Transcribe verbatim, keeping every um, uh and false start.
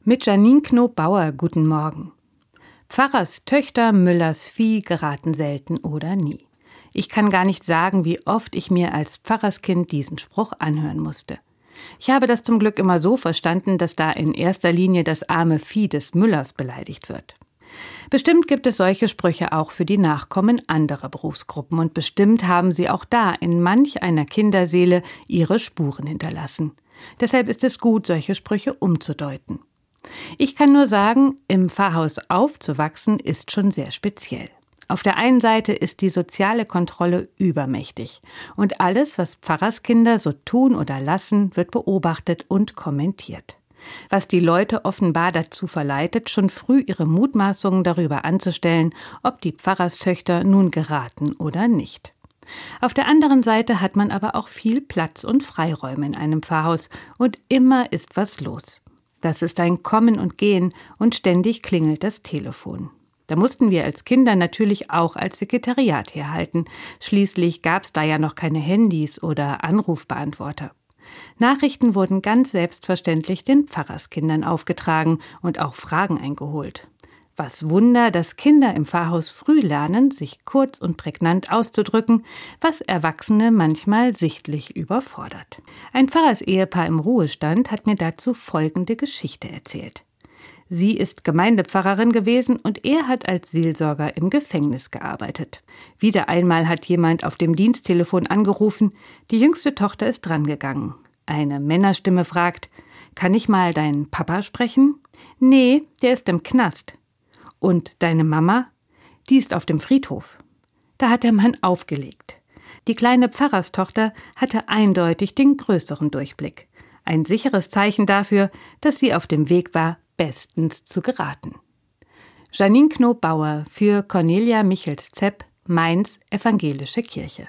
Mit Janine Knob-Bauer, guten Morgen. Pfarrers Töchter, Müllers Vieh geraten selten oder nie. Ich kann gar nicht sagen, wie oft ich mir als Pfarrerskind diesen Spruch anhören musste. Ich habe das zum Glück immer so verstanden, dass da in erster Linie das arme Vieh des Müllers beleidigt wird. Bestimmt gibt es solche Sprüche auch für die Nachkommen anderer Berufsgruppen und bestimmt haben sie auch da in manch einer Kinderseele ihre Spuren hinterlassen. Deshalb ist es gut, solche Sprüche umzudeuten. Ich kann nur sagen, im Pfarrhaus aufzuwachsen ist schon sehr speziell. Auf der einen Seite ist die soziale Kontrolle übermächtig und alles, was Pfarrerskinder so tun oder lassen, wird beobachtet und kommentiert. Was die Leute offenbar dazu verleitet, schon früh ihre Mutmaßungen darüber anzustellen, ob die Pfarrerstöchter nun geraten oder nicht. Auf der anderen Seite hat man aber auch viel Platz und Freiräume in einem Pfarrhaus und immer ist was los. Das ist ein Kommen und Gehen und ständig klingelt das Telefon. Da mussten wir als Kinder natürlich auch als Sekretariat herhalten. Schließlich gab es da ja noch keine Handys oder Anrufbeantworter. Nachrichten wurden ganz selbstverständlich den Pfarrerskindern aufgetragen und auch Fragen eingeholt. Was Wunder, dass Kinder im Pfarrhaus früh lernen, sich kurz und prägnant auszudrücken, was Erwachsene manchmal sichtlich überfordert. Ein Pfarrersehepaar im Ruhestand hat mir dazu folgende Geschichte erzählt. Sie ist Gemeindepfarrerin gewesen und er hat als Seelsorger im Gefängnis gearbeitet. Wieder einmal hat jemand auf dem Diensttelefon angerufen, die jüngste Tochter ist drangegangen. Eine Männerstimme fragt, kann ich mal deinen Papa sprechen? Nee, der ist im Knast. Und deine Mama? Die ist auf dem Friedhof. Da hat der Mann aufgelegt. Die kleine Pfarrerstochter hatte eindeutig den größeren Durchblick. Ein sicheres Zeichen dafür, dass sie auf dem Weg war, bestens zu geraten. Janine Knob-Bauer für Cornelia Michels-Zepp, Mainz Evangelische Kirche.